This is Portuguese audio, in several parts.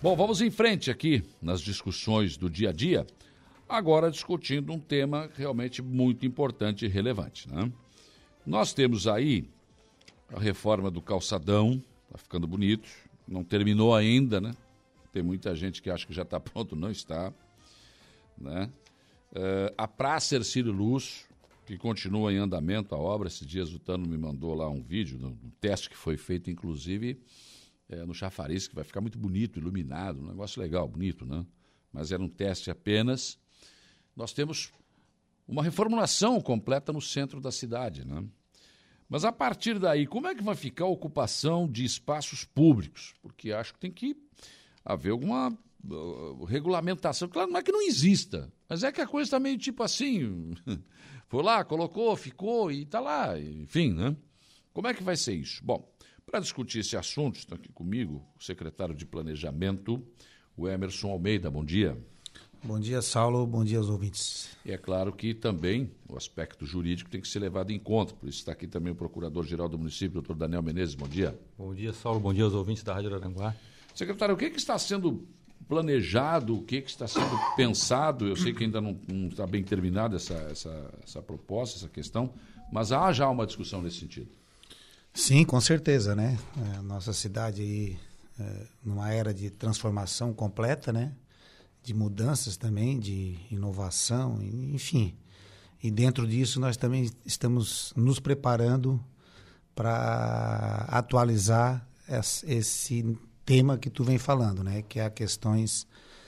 Bom, vamos em frente aqui nas discussões do dia a dia, agora discutindo um tema realmente muito importante e relevante, né? Nós temos aí a reforma do calçadão, está ficando bonito, não terminou ainda, né? Tem muita gente que acha que já está pronto, não está, né? A Praça Hercílio Luz, que continua em andamento a obra. Esses dias o Tano me mandou lá um vídeo, um teste que foi feito, inclusive, no chafariz, que vai ficar muito bonito, iluminado, um negócio legal, bonito, né? Mas era um teste apenas. Nós temos uma reformulação completa no centro da cidade, né? Mas a partir daí, como é que vai ficar a ocupação de espaços públicos? Porque acho que tem que haver alguma regulamentação. Claro, não é que não exista, mas é que a coisa está meio tipo assim, foi lá, colocou, ficou e está lá, enfim, né? Como é que vai ser isso? Bom, para discutir esse assunto, está aqui comigo o secretário de Planejamento, o Emerson Almeida. Bom dia. Bom dia, Saulo. Bom dia aos ouvintes. E é claro que também o aspecto jurídico tem que ser levado em conta. Por isso está aqui também o Procurador-Geral do Município, doutor Daniel Menezes. Bom dia. Bom dia, Saulo. Bom dia aos ouvintes da Rádio Araranguá. Secretário, o que está sendo planejado, o que está sendo pensado? Eu sei que ainda não está bem terminada essa proposta, essa questão, mas há já uma discussão nesse sentido. Sim, com certeza, né? Nossa cidade aí, numa era de transformação completa, né? De mudanças também, de inovação, enfim. E dentro disso nós também estamos nos preparando para atualizar esse tema que tu vem falando, né? Que é questões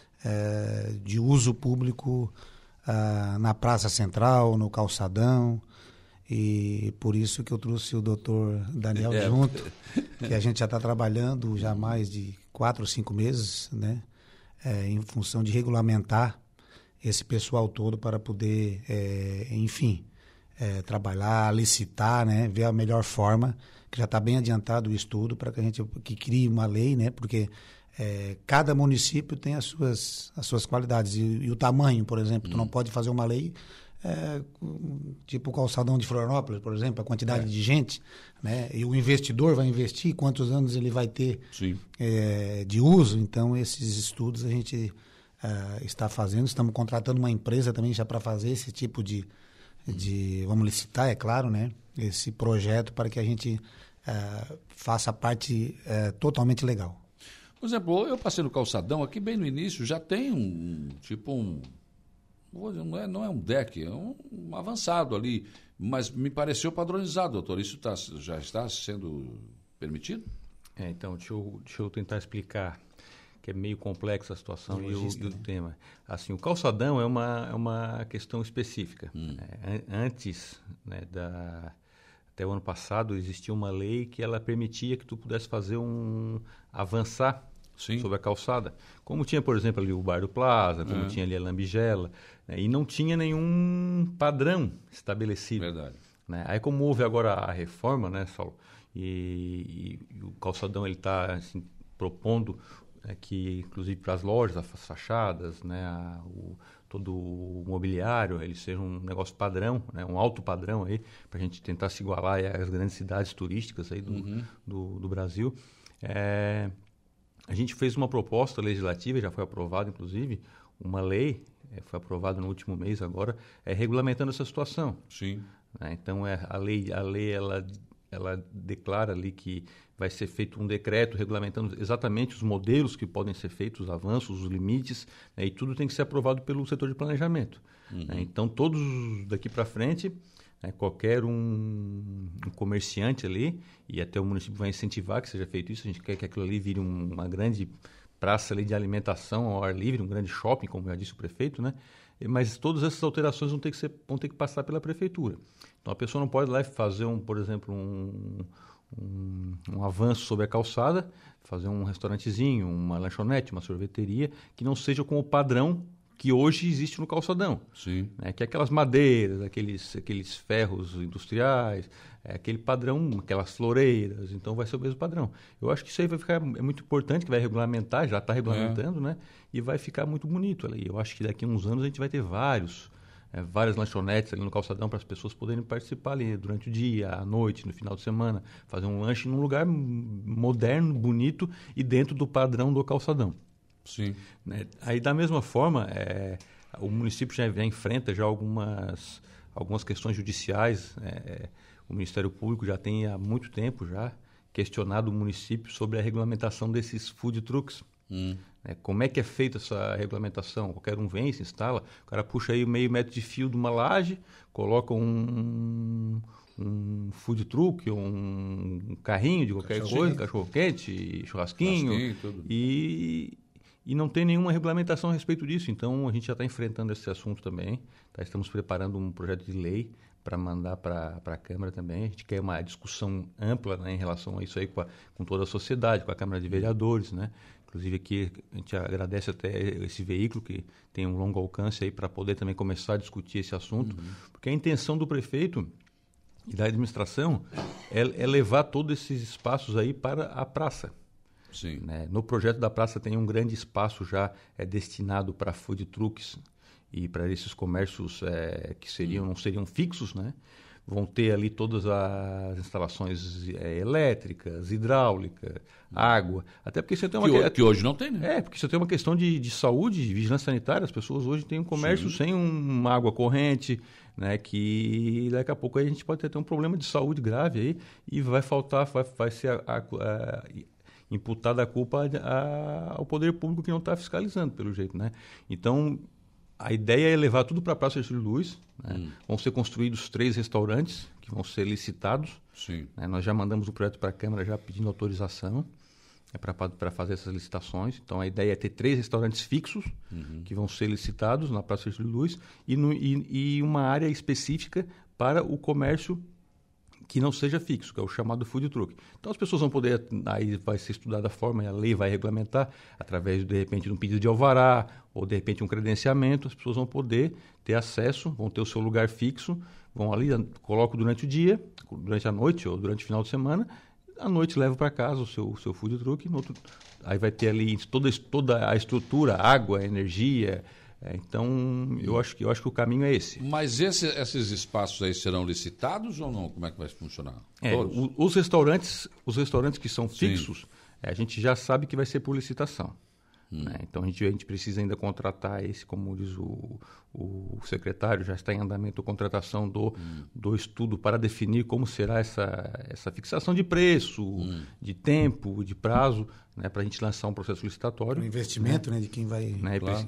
de uso público na Praça Central, no calçadão. E por isso que eu trouxe o doutor Daniel junto, que a gente já está trabalhando já há mais de 4 ou 5 meses, né? Em função de regulamentar esse pessoal todo para poder, enfim, trabalhar, licitar, né, ver a melhor forma, que já está bem adiantado o estudo para que a gente crie uma lei, né, porque cada município tem as suas qualidades e o tamanho, por exemplo, tu não pode fazer uma lei tipo o calçadão de Florianópolis, por exemplo, a quantidade de gente, né? E o investidor vai investir, quantos anos ele vai ter de uso. Então, esses estudos a gente está fazendo, estamos contratando uma empresa também já para fazer esse tipo de vamos licitar, é claro, né? Esse projeto para que a gente faça a parte totalmente legal. Por exemplo, eu passei no calçadão, aqui bem no início, já tem não é um deck, é um avançado ali, mas me pareceu padronizado, doutor. Isso já está sendo permitido? Então, deixa eu tentar explicar, que é meio complexa a situação e o tema. Assim, o calçadão é uma questão específica. Antes, né, até o ano passado, existia uma lei que ela permitia que tu pudesse fazer avançar sobre a calçada, como tinha, por exemplo, ali o Bar do Plaza, como tinha ali a Lambigela, né, e não tinha nenhum padrão estabelecido. Verdade. Né? Aí, como houve agora a reforma, né, Saulo, e o calçadão ele está assim, propondo que, inclusive, para as lojas, as fachadas, né, todo o mobiliário, ele seja um negócio padrão, né, um alto padrão aí, para a gente tentar se igualar às grandes cidades turísticas aí do Brasil. A gente fez uma proposta legislativa, já foi aprovada, inclusive, uma lei, foi aprovada no último mês agora, regulamentando essa situação. Sim. Então, a lei ela declara ali que vai ser feito um decreto regulamentando exatamente os modelos que podem ser feitos, os avanços, os limites, né, e tudo tem que ser aprovado pelo setor de planejamento. Né? Então, todos daqui para frente, qualquer um comerciante ali, e até o município vai incentivar que seja feito isso, a gente quer que aquilo ali vire uma grande praça ali de alimentação ao ar livre, um grande shopping, como já disse o prefeito, né? Mas todas essas alterações vão ter que passar pela prefeitura. Então a pessoa não pode ir lá e fazer, por exemplo, um avanço sobre a calçada, fazer um restaurantezinho, uma lanchonete, uma sorveteria, que não seja com o padrão que hoje existe no calçadão. Sim. Que é aquelas madeiras, aqueles ferros industriais, aquele padrão, aquelas floreiras, então vai ser o mesmo padrão. Eu acho que isso aí é muito importante, que vai regulamentar, já está regulamentando, né? E vai ficar muito bonito ali. Eu acho que daqui a uns anos a gente vai ter várias lanchonetes ali no calçadão para as pessoas poderem participar ali durante o dia, à noite, no final de semana, fazer um lanche num lugar moderno, bonito e dentro do padrão do calçadão. Sim. Né? Aí, da mesma forma, o município já enfrenta já algumas questões judiciais. O Ministério Público já tem há muito tempo já questionado o município sobre a regulamentação desses food trucks. Como é que é feita essa regulamentação? Qualquer um vem, se instala, o cara puxa aí meio metro de fio de uma laje, coloca um food truck, um carrinho de qualquer coisa, cachorro-quente, churrasquinho, tudo. E não tem nenhuma regulamentação a respeito disso. Então, a gente já está enfrentando esse assunto também. Tá? Estamos preparando um projeto de lei para mandar para a Câmara também. A gente quer uma discussão ampla, né, em relação a isso aí com toda a sociedade, com a Câmara de Vereadores, né? Inclusive aqui a gente agradece até esse veículo que tem um longo alcance aí para poder também começar a discutir esse assunto, porque a intenção do prefeito e da administração é levar todos esses espaços aí para a praça. Sim. Né? No projeto da praça tem um grande espaço já destinado para food trucks e para esses comércios que não seriam fixos, né? Vão ter ali todas as instalações elétricas, hidráulica, água. Até porque você tem que hoje não tem, né? Porque você tem uma questão de saúde, de vigilância sanitária. As pessoas hoje têm um comércio sem uma água corrente, né? Que daqui a pouco a gente pode ter um problema de saúde grave aí e vai faltar, vai ser imputada a culpa ao poder público que não está fiscalizando, pelo jeito, né? Então, a ideia é levar tudo para a Praça Ercílio Luz. Né? Vão ser construídos 3 restaurantes que vão ser licitados. Sim. Né? Nós já mandamos o projeto para a Câmara já pedindo autorização para fazer essas licitações. Então, a ideia é ter 3 restaurantes fixos que vão ser licitados na Praça Ercílio Luz e uma área específica para o comércio que não seja fixo, que é o chamado food truck. Então, as pessoas vão poder, aí vai ser estudada a forma, e a lei vai regulamentar, através, de repente, de um pedido de alvará, ou, de repente, um credenciamento, as pessoas vão poder ter acesso, vão ter o seu lugar fixo, vão ali, colocam durante o dia, durante a noite ou durante o final de semana, à noite levam para casa o seu food truck, aí vai ter ali toda a estrutura, água, energia. Então, eu acho que o caminho é esse. Mas esses espaços aí serão licitados ou não? Como é que vai funcionar? Os restaurantes que são fixos, a gente já sabe que vai ser por licitação. Né? Então, a gente precisa ainda contratar como diz o secretário, já está em andamento a contratação do estudo para definir como será essa fixação de preço, de tempo, de prazo, né, para a gente lançar um processo licitatório. O investimento, né, de quem vai... Né, claro,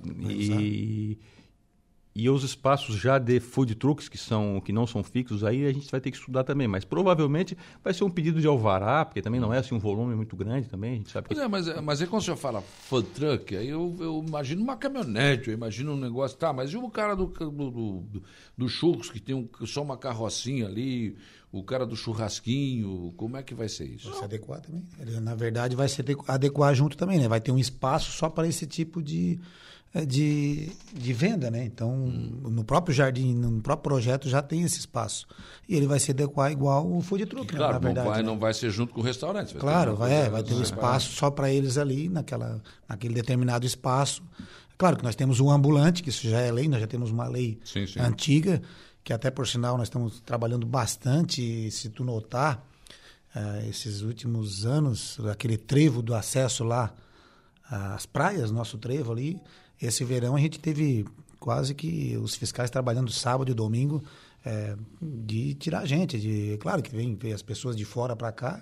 e os espaços já de food trucks que não são fixos, aí a gente vai ter que estudar também. Mas provavelmente vai ser um pedido de alvará, porque também não é assim um volume muito grande também. A gente sabe que... Mas aí quando o senhor fala food truck, aí eu imagino uma caminhonete, eu imagino um negócio... Tá, mas e o cara do churros, que tem só uma carrocinha ali, o cara do churrasquinho, como é que vai ser isso? Vai se adequar também. Ele, na verdade, vai se adequar junto também, né? Vai ter um espaço só para esse tipo de venda, né? Então, no próprio jardim, no próprio projeto já tem esse espaço. E ele vai se adequar igual o food truck, claro, na verdade. Não vai ser junto com o restaurante. Claro, vai ter um espaço só para eles ali, naquele determinado espaço. Claro que nós temos um ambulante, que isso já é lei, nós já temos uma lei antiga, que até por sinal nós estamos trabalhando bastante, se tu notar, esses últimos anos, aquele trevo do acesso lá às praias, nosso trevo ali, esse verão a gente teve quase que os fiscais trabalhando sábado e domingo de tirar gente. Claro que vem as pessoas de fora para cá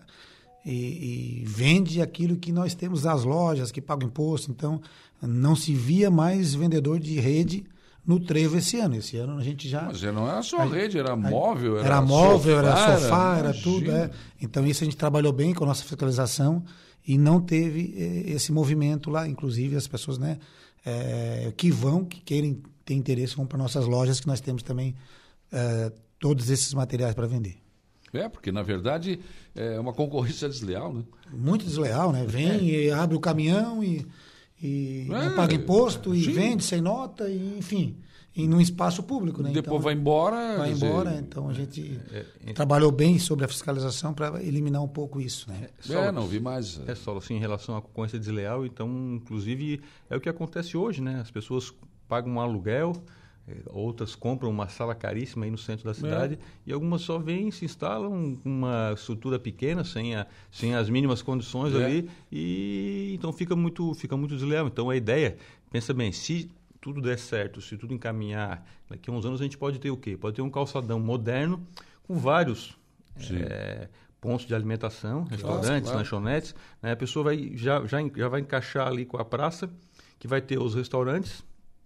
e vende aquilo que nós temos nas lojas, que pagam imposto. Então, não se via mais vendedor de rede no trevo esse ano. Esse ano a gente já... Mas não era só rede, era móvel, era sofá, era tudo. Então, isso a gente trabalhou bem com a nossa fiscalização e não teve esse movimento lá. Inclusive, as pessoas, né, que querem ter interesse, vão para nossas lojas, que nós temos também todos esses materiais para vender. Porque, na verdade, é uma concorrência desleal, né? Muito desleal, né? Vem e abre o caminhão e não paga imposto e vende sem nota, e, enfim, e num espaço público, né? Depois então, vai embora. Então a gente trabalhou bem sobre a fiscalização para eliminar um pouco isso, né? Não vi mais. Só assim, em relação à concorrência desleal, então, inclusive, é o que acontece hoje, né? As pessoas pagam um aluguel, Outras compram uma sala caríssima aí no centro da cidade e algumas só vêm, se instalam uma estrutura pequena, sem as mínimas condições ali, e então fica muito desleal. Então a ideia, pensa bem, se tudo der certo, se tudo encaminhar, daqui a uns anos a gente pode ter o quê? Pode ter um calçadão moderno com vários pontos de alimentação, restaurantes, lanchonetes, né? A pessoa já vai encaixar ali com a praça, que vai ter os restaurantes,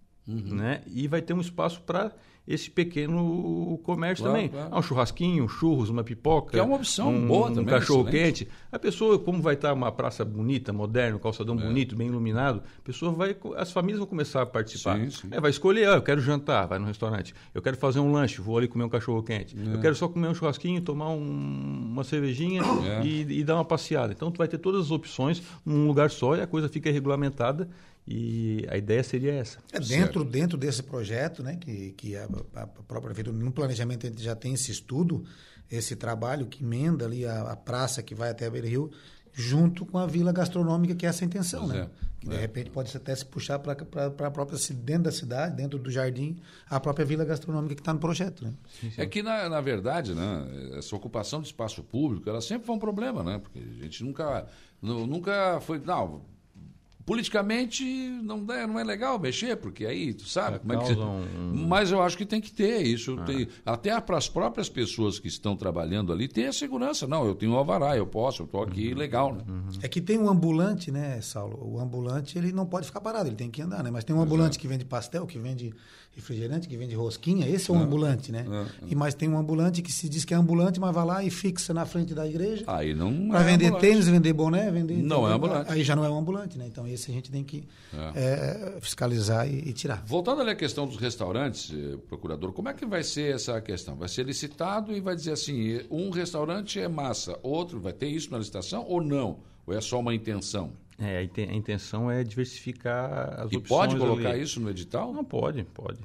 né? E vai ter um espaço para esse pequeno comércio também. Claro. Um churrasquinho, churros, uma pipoca. Que é uma opção boa também. Um cachorro-quente. A pessoa, como vai estar uma praça bonita, moderna, um calçadão bonito, bem iluminado, as famílias vão começar a participar. Sim. Vai escolher, eu quero jantar, vai no restaurante. Eu quero fazer um lanche, vou ali comer um cachorro-quente. Eu quero só comer um churrasquinho, tomar uma cervejinha e dar uma passeada. Então, tu vai ter todas as opções num lugar só e a coisa fica regulamentada. E a ideia seria essa. Dentro desse projeto, né, que a própria prefeitura, no planejamento, a gente já tem esse estudo, esse trabalho que emenda ali a praça que vai até a Beira-Rio, junto com a vila gastronômica, que é essa a intenção, né? Que de repente pode até se puxar para a própria, dentro da cidade, dentro do jardim, a própria vila gastronômica que está no projeto, né? Sim. É que, na verdade, né, essa ocupação de espaço público, ela sempre foi um problema, né? Porque a gente nunca foi... Não, politicamente não é legal mexer, porque aí, tu sabe como é que Mas eu acho que tem que ter isso. Até para as próprias pessoas que estão trabalhando ali, ter a segurança. Não, eu tenho um alvará, eu estou aqui, legal, né? É que tem um ambulante, né, Saulo? O ambulante, ele não pode ficar parado, ele tem que andar, né? Mas tem um ambulante que vende pastel, que vende refrigerante, que vende rosquinha, esse é um ambulante, né? Mas tem um ambulante que se diz que é ambulante, mas vai lá e fixa na frente da igreja. Aí não para vender ambulante. Tênis, vender boné, vender... Não é ambulante. Aí já não é um ambulante, né? Então esse a gente tem que fiscalizar e tirar. Voltando ali à questão dos restaurantes, procurador, como é que vai ser essa questão? Vai ser licitado e vai dizer assim, um restaurante é massa, outro vai ter isso na licitação ou não? Ou é só uma intenção? A intenção é diversificar as opções. E pode colocar isso no edital? Não, pode.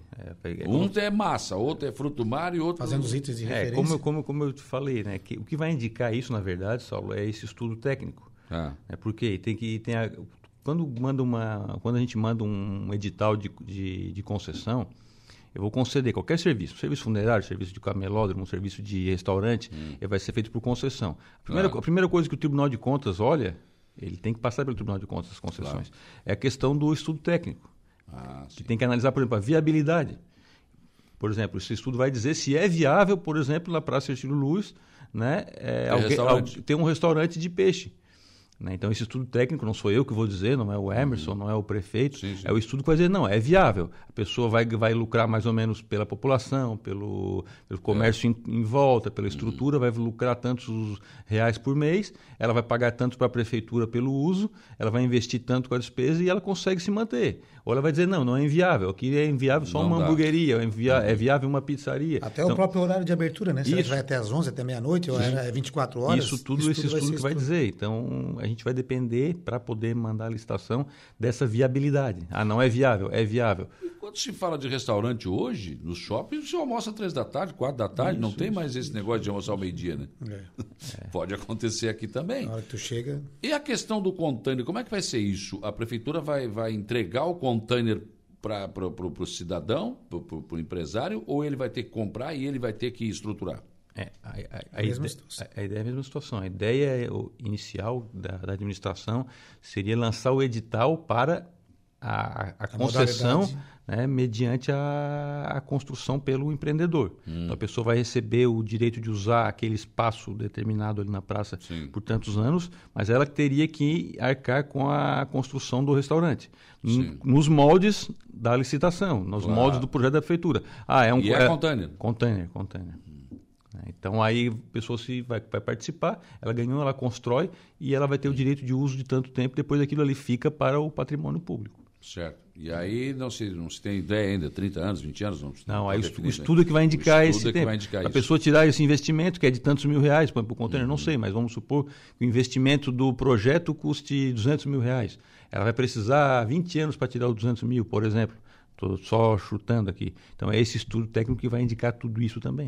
Um é massa, outro é fruto do mar e outro... Fazendo os itens de referência. Como eu te falei, né? O que vai indicar isso, na verdade, Saulo, é esse estudo técnico. Porque quando a gente manda um edital de concessão, eu vou conceder qualquer serviço funerário, serviço de camelódromo, serviço de restaurante, vai ser feito por concessão. A primeira coisa que o Tribunal de Contas olha, ele tem que passar pelo Tribunal de Contas as concessões, é a questão do estudo técnico, que tem que analisar, por exemplo, a viabilidade. Por exemplo, esse estudo vai dizer se é viável, por exemplo, na Praça Hercílio Luz, né, ter um restaurante de peixe. Então, esse estudo técnico não sou eu que vou dizer, não é o Emerson, não é o prefeito, é o estudo que vai dizer, não, é viável. A pessoa vai lucrar mais ou menos pela população, pelo comércio em volta, pela estrutura, vai lucrar tantos reais por mês, ela vai pagar tanto para a prefeitura pelo uso, ela vai investir tanto com a despesa e ela consegue se manter. Ou ela vai dizer, não é inviável, aqui é inviável só uma hamburgueria, é viável uma pizzaria. Até o próprio horário de abertura, né? Se vai até às 11, até meia-noite, ou é 24 horas. Esse estudo que vai dizer. Então, a gente vai depender, para poder mandar a licitação, dessa viabilidade. Não é viável, é viável. E quando se fala de restaurante hoje, nos shoppings, você almoça 3 da tarde, 4 da tarde, não tem mais esse negócio de almoçar ao meio-dia, né? Pode acontecer aqui também. Na hora que tu chega... E a questão do container, como é que vai ser isso? A prefeitura vai entregar o container para o cidadão, para o empresário, ou ele vai ter que comprar e ele vai ter que estruturar? A ideia é a mesma situação. A ideia inicial da administração seria lançar o edital para a concessão, né, mediante a construção pelo empreendedor. Então, a pessoa vai receber o direito de usar aquele espaço determinado ali na praça por tantos anos, mas ela teria que arcar com a construção do restaurante, nos moldes da licitação, nos moldes do projeto da prefeitura. Container? Container. Então, aí a pessoa vai participar, ela ganhou, ela constrói e ela vai ter o direito de uso de tanto tempo, depois aquilo ali fica para o patrimônio público. Certo. E aí não se tem ideia ainda, 30 anos, 20 anos? Não, aí o estudo é que vai indicar esse tempo. A pessoa tirar esse investimento, que é de tantos mil reais, para o container, não sei, mas vamos supor que o investimento do projeto custe 200 mil reais. Ela vai precisar 20 anos para tirar os 200 mil, por exemplo. Estou só chutando aqui. Então, é esse estudo técnico que vai indicar tudo isso também.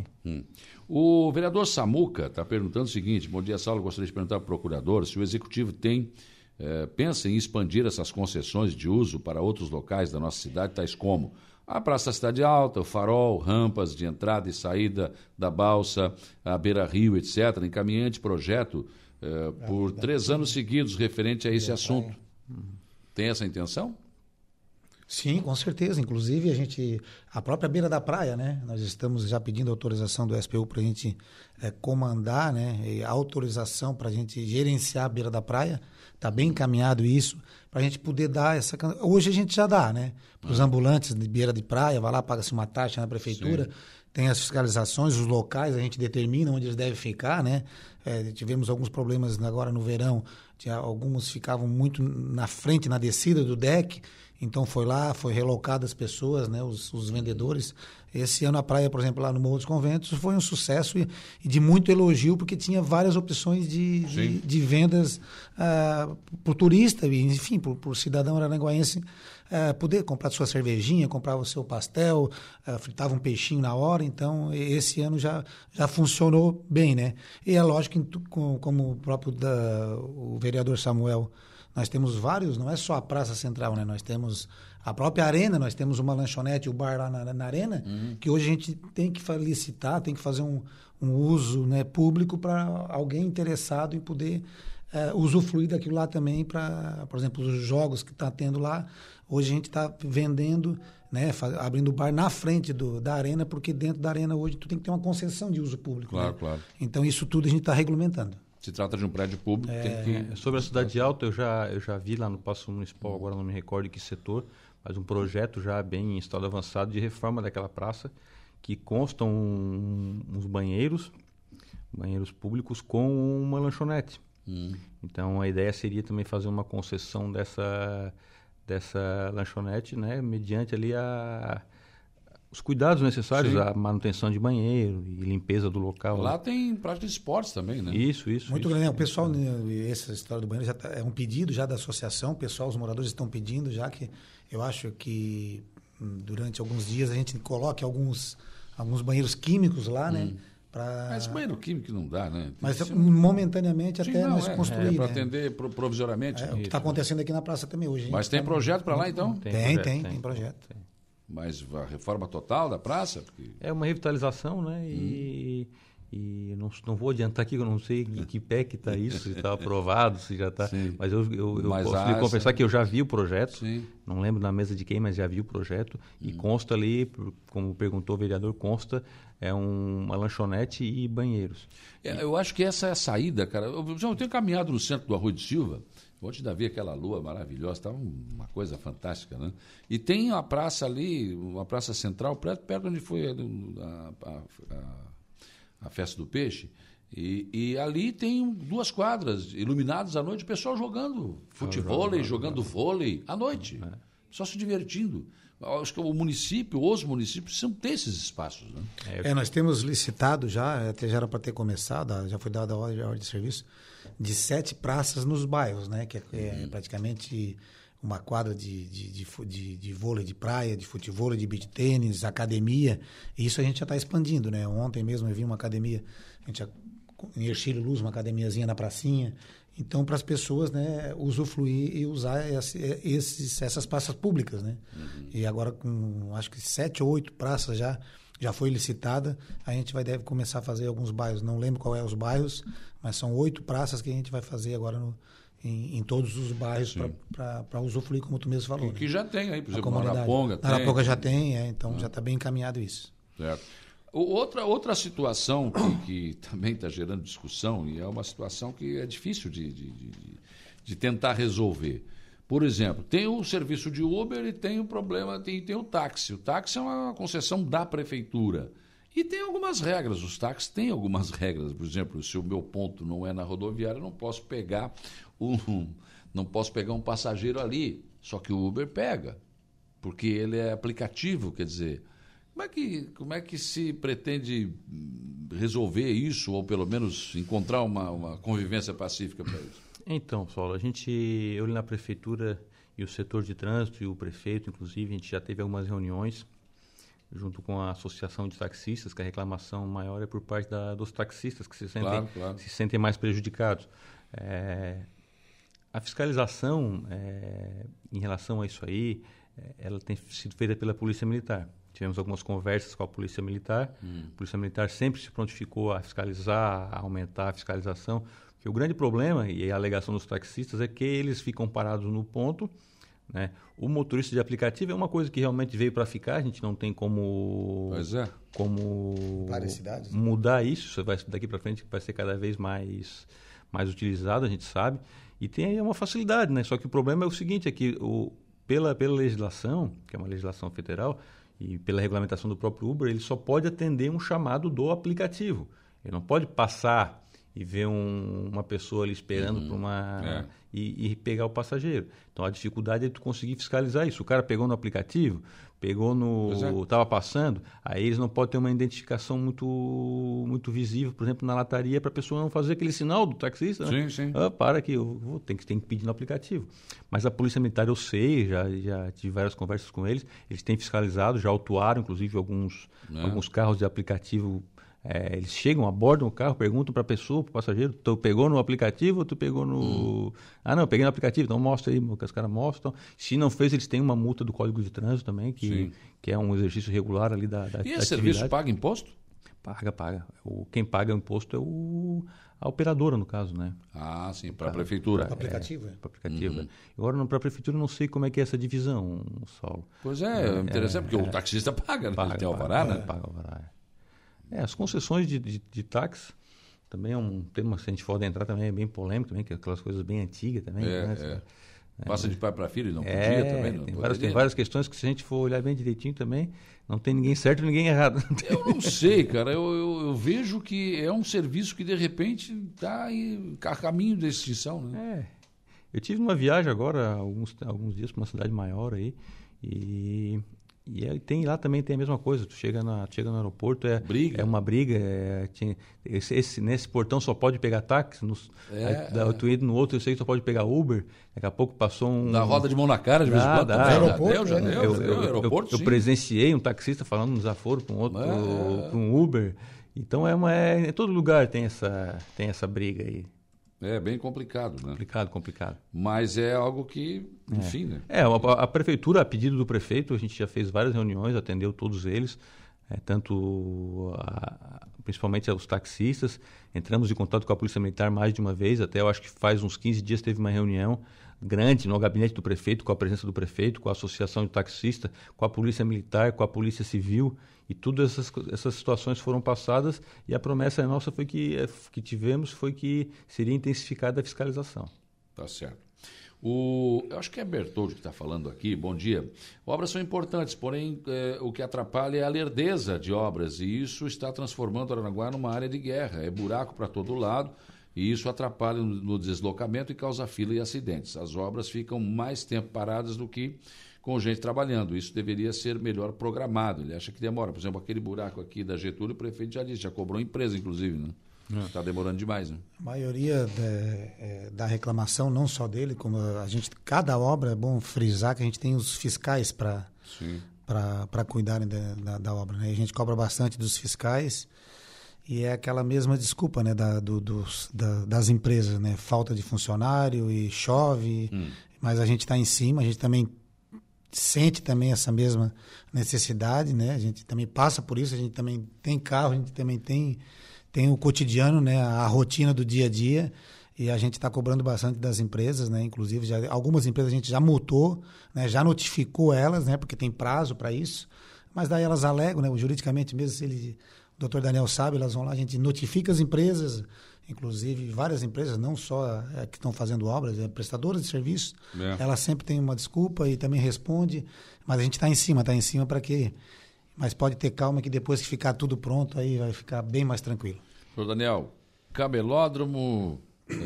O vereador Samuca está perguntando o seguinte: bom dia, Saulo, gostaria de perguntar para o procurador se o executivo pensa em expandir essas concessões de uso para outros locais da nossa cidade, tais como A Praça Cidade Alta, o Farol, rampas de entrada e saída da balsa, a Beira-Rio, etc., encaminhante projeto por 3 anos seguidos referente a esse assunto. Tem essa intenção? Sim, com certeza. Inclusive, a própria beira da praia, né? Nós estamos já pedindo autorização do SPU para a gente comandar, né? E autorização para a gente gerenciar a beira da praia. Está bem encaminhado isso, para a gente poder dar essa... Hoje a gente já dá, né? Para os ambulantes de beira de praia, vai lá, paga-se uma taxa na prefeitura, sim, tem as fiscalizações, os locais, a gente determina onde eles devem ficar, né? Tivemos alguns problemas agora no verão, alguns ficavam muito na frente, na descida do deck, então foi relocado as pessoas, né? Os vendedores. Esse ano a praia, por exemplo, lá no Morro dos Conventos, foi um sucesso e de muito elogio, porque tinha várias opções de vendas para o turista, enfim, para o cidadão araranguaense poder comprar sua cervejinha, comprar o seu pastel, fritava um peixinho na hora. Então, esse ano já funcionou bem, né? E é lógico que, como o próprio o vereador Samuel, nós temos vários, não é só a Praça Central, né? Nós temos a própria Arena, nós temos uma lanchonete, o bar lá na Arena, que hoje a gente tem que licitar, tem que fazer um uso, né, público para alguém interessado em poder usufruir daquilo lá também, por exemplo, os jogos que está tendo lá. Hoje a gente está vendendo, né, abrindo o bar na frente da Arena, porque dentro da Arena hoje tu tem que ter uma concessão de uso público. Claro, né? Claro. Então isso tudo a gente está regulamentando. Se trata de um prédio público, tem que... Sobre a Cidade Alta, eu já vi lá no Paço Municipal, agora não me recordo em que setor, mas um projeto já bem em estado avançado de reforma daquela praça, que constam uns banheiros públicos com uma lanchonete. Então a ideia seria também fazer uma concessão dessa lanchonete, né, mediante ali os cuidados necessários, sim, a manutenção de banheiro e limpeza do local. Lá, né? Tem prática de esportes também, né? Isso. Muito grande. O pessoal, essa história do banheiro já é um pedido já da associação, os moradores estão pedindo já, que eu acho que durante alguns dias a gente coloque alguns banheiros químicos lá, né? Mas banheiro químico não dá, né? Mas momentaneamente sim, até não, nós construir, para né? atender provisoriamente. O que está acontecendo aqui na praça também hoje. Mas tem projeto para lá, então? Tem projeto. Tem. Mas a reforma total da praça? Porque... É uma revitalização, né? E não vou adiantar aqui, eu não sei em que pé que está isso, se está aprovado, se já está... Mas eu posso lhe confessar que eu já vi o projeto, sim, não lembro na mesa de quem, mas já vi o projeto, e consta ali, como perguntou o vereador, consta uma lanchonete e banheiros. Eu acho que essa é a saída, cara. Eu tenho caminhado no centro do Arroio de Silva, ontem ainda vi aquela lua maravilhosa, estava uma coisa fantástica, né? E tem a praça ali, uma praça central, perto onde foi a Festa do Peixe, e ali tem 2 quadras iluminadas à noite, o pessoal jogando futevôlei, jogando vôlei à noite, só se divertindo. Acho que os municípios precisam ter esses espaços. Né? Nós temos licitado até já era para ter começado, já foi dada a ordem de serviço, de 7 praças nos bairros, né? Que é praticamente uma quadra de vôlei de praia, de futevôlei, de beach tênis, academia. E isso a gente já está expandindo, né? Ontem mesmo eu vi uma academia, em Ercílio Luz, uma academiazinha na pracinha. Então, para as pessoas, né, usufruir e usar essas praças públicas, né? E agora, com acho que 7 ou 8 praças já foi licitada, a gente deve começar a fazer alguns bairros. Não lembro qual é os bairros, mas são 8 praças que a gente vai fazer agora em todos os bairros para usufruir, como tu mesmo falou. Que já tem aí, por exemplo, na Araponga tem. Araponga já tem, então já está bem encaminhado isso. Certo. Outra situação que também está gerando discussão, e é uma situação que é difícil de tentar resolver. Por exemplo, tem o serviço de Uber e tem o problema, tem o táxi. O táxi é uma concessão da prefeitura. E tem algumas regras, os táxis têm algumas regras. Por exemplo, se o meu ponto não é na rodoviária, eu não posso pegar um passageiro ali. Só que o Uber pega, porque ele é aplicativo, quer dizer... Como é que se pretende resolver isso, ou pelo menos encontrar uma convivência pacífica para isso? Então, Saulo, eu na prefeitura e o setor de trânsito e o prefeito, inclusive, a gente já teve algumas reuniões junto com a associação de taxistas, que a reclamação maior é por parte dos taxistas, que se sentem mais prejudicados. A fiscalização em relação a isso aí, ela tem sido feita pela Polícia Militar. Tivemos algumas conversas com a Polícia Militar. A Polícia Militar sempre se prontificou a fiscalizar, a aumentar a fiscalização. Porque o grande problema, e a alegação dos taxistas, é que eles ficam parados no ponto, né? O motorista de aplicativo é uma coisa que realmente veio para ficar, a gente não tem como mudar isso. Isso daqui para frente vai ser cada vez mais utilizado, a gente sabe. E tem aí uma facilidade, né? Só que o problema é o seguinte, é que pela legislação, que é uma legislação federal, e pela regulamentação do próprio Uber, ele só pode atender um chamado do aplicativo. Ele não pode passar e ver uma pessoa ali esperando e pegar o passageiro. Então, a dificuldade é tu conseguir fiscalizar isso. O cara pegou no aplicativo, estava passando, aí eles não podem ter uma identificação muito visível, por exemplo, na lataria, para a pessoa não fazer aquele sinal do taxista. Né? Sim. Para aqui, tem que pedir no aplicativo. Mas a Polícia Militar, eu sei, já tive várias conversas com eles têm fiscalizado, já autuaram, inclusive, alguns carros de aplicativo. Eles chegam, abordam o carro, perguntam para a pessoa, para o passageiro, tu pegou no aplicativo ou tu pegou no... Ah, não, eu peguei no aplicativo, então mostra aí, que os caras mostram. Se não fez, eles têm uma multa do Código de Trânsito também, que é um exercício regular ali da atividade. E esse serviço paga imposto? Paga. Quem paga o imposto é a operadora, no caso, né? Ah, sim, para a prefeitura. Para o aplicativo, Para o aplicativo. Agora, para a prefeitura, não sei como é que é essa divisão, Saulo. Pois é, interessante, porque o taxista paga, né? Ele tem alvará, né? Paga alvará, as concessões de táxi também é um tema, se a gente for adentrar, também é bem polêmico, também, que é aquelas coisas bem antigas também. Passa de pai para filho, não podia também. Tem várias questões que, se a gente for olhar bem direitinho também, não tem ninguém certo e ninguém errado. Eu não sei, cara. Eu vejo que é um serviço que, de repente, está a caminho da extinção. Né? Eu tive uma viagem agora, alguns dias, para uma cidade maior aí, e lá também tem a mesma coisa. Tu chega no aeroporto, briga. É uma briga. Nesse portão só pode pegar táxi. Tu indo no outro, eu sei que só pode pegar Uber. Daqui a pouco passou Dá roda de mão na cara de vez em quando. Eu presenciei um taxista falando um desaforo para um outro, para um Uber. Então, em todo lugar tem essa briga aí. É bem complicado, né? Complicado. Mas é algo que, enfim, né? A prefeitura, a pedido do prefeito, a gente já fez várias reuniões, atendeu todos eles, principalmente os taxistas. Entramos em contato com a Polícia Militar mais de uma vez, até eu acho que faz uns 15 dias teve uma reunião grande no gabinete do prefeito, com a presença do prefeito, com a Associação de Taxistas, com a Polícia Militar, com a Polícia Civil, e todas essas situações foram passadas, e a promessa nossa foi que tivemos foi que seria intensificada a fiscalização. Tá certo. Eu acho que é Bertoldi que está falando aqui, bom dia. Obras são importantes, porém o que atrapalha é a lerdeza de obras, e isso está transformando Aranaguá numa área de guerra, é buraco para todo lado, e isso atrapalha no deslocamento e causa fila e acidentes. As obras ficam mais tempo paradas do que com gente trabalhando. Isso deveria ser melhor programado. Ele acha que demora. Por exemplo, aquele buraco aqui da Getúlio, o prefeito já disse, já cobrou empresa, inclusive, né? Está demorando demais, né? A maioria da reclamação, não só dele, como cada obra, é bom frisar que a gente tem os fiscais para cuidarem da obra, né? A gente cobra bastante dos fiscais. E é aquela mesma desculpa, né, das empresas, né? Falta de funcionário e chove, mas a gente está em cima, a gente também sente também essa mesma necessidade, né? A gente também passa por isso, a gente também tem carro, a gente também tem o cotidiano, né? A rotina do dia a dia, e a gente está cobrando bastante das empresas, né? Inclusive, algumas empresas a gente já multou, né? Já notificou elas, né? Porque tem prazo para isso, mas daí elas alegam, né? Juridicamente mesmo, se o Dr. Daniel sabe, elas vão lá, a gente notifica as empresas, inclusive várias empresas, não só que estão fazendo obras, prestadoras de serviços, elas sempre têm uma desculpa e também responde, mas a gente está em cima para que... Mas pode ter calma que depois que ficar tudo pronto, aí vai ficar bem mais tranquilo. Dr. Daniel, camelódromo,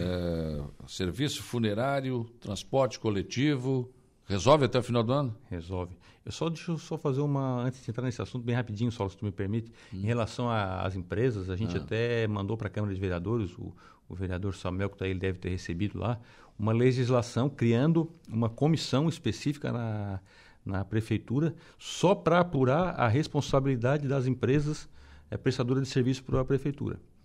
serviço funerário, transporte coletivo, resolve até o final do ano? Resolve. Deixa eu só fazer antes de entrar nesse assunto, bem rapidinho, Saulo, se tu me permite. Em relação às empresas, a gente até mandou para a Câmara de Vereadores, o vereador Samuel, que está aí, ele deve ter recebido lá, uma legislação criando uma comissão específica na prefeitura só para apurar a responsabilidade das empresas prestadoras de serviço para a prefeitura.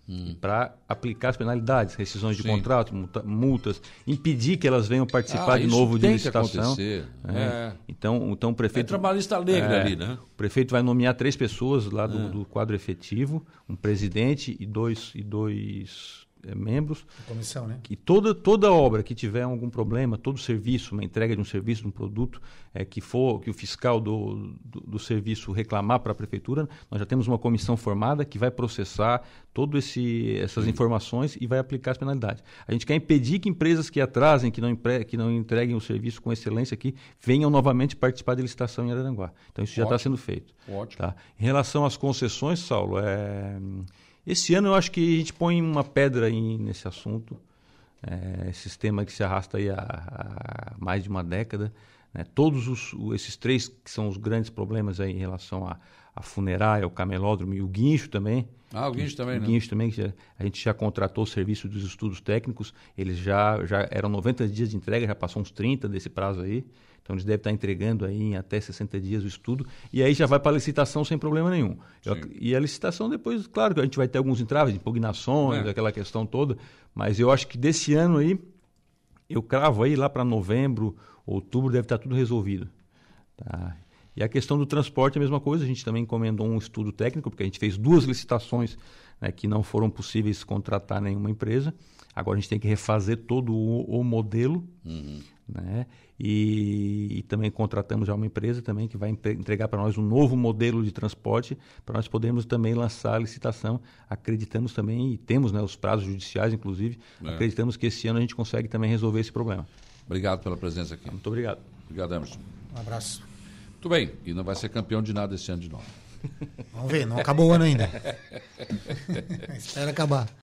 para aplicar as penalidades, rescisões de contrato, multas, impedir que elas venham participar de novo de licitação. Então o prefeito... É trabalhista alegre ali, né? O prefeito vai nomear 3 pessoas lá do quadro efetivo, um presidente e dois membros. Comissão, né? E toda obra que tiver algum problema, todo serviço, uma entrega de um serviço, de um produto, que o fiscal do serviço reclamar para a prefeitura, nós já temos uma comissão formada que vai processar todas essas informações e vai aplicar as penalidades. A gente quer impedir que empresas que atrasem, que não entreguem o serviço com excelência aqui, venham novamente participar da licitação em Araranguá. Então isso já está sendo feito. Ótimo. Tá? Em relação às concessões, Saulo, esse ano eu acho que a gente põe uma pedra aí nesse assunto, esse sistema que se arrasta aí há mais de uma década, né? Todos esses 3 que são os grandes problemas aí em relação à funerária, ao camelódromo e o guincho também. O guincho também, né? O guincho também, a gente já contratou o serviço dos estudos técnicos, eles já eram 90 dias de entrega, já passou uns 30 desse prazo aí. Então, eles devem estar entregando aí em até 60 dias o estudo. E aí já vai para a licitação sem problema nenhum. E a licitação depois, claro que a gente vai ter alguns entraves, impugnações, aquela questão toda. Mas eu acho que desse ano aí, eu cravo aí lá para novembro, outubro, deve estar tudo resolvido. Tá? E a questão do transporte é a mesma coisa. A gente também encomendou um estudo técnico, porque a gente fez 2 licitações, né, que não foram possíveis contratar nenhuma empresa. Agora a gente tem que refazer todo o modelo, né? E também contratamos já uma empresa também que vai entregar para nós um novo modelo de transporte para nós podermos também lançar a licitação. Acreditamos também, e temos, né, os prazos judiciais, inclusive, acreditamos que esse ano a gente consegue também resolver esse problema. Obrigado pela presença aqui. Muito obrigado. Obrigado, Emerson. Um abraço. Muito bem, e não vai ser campeão de nada esse ano de novo. Vamos ver, não acabou o ano ainda. Espera acabar.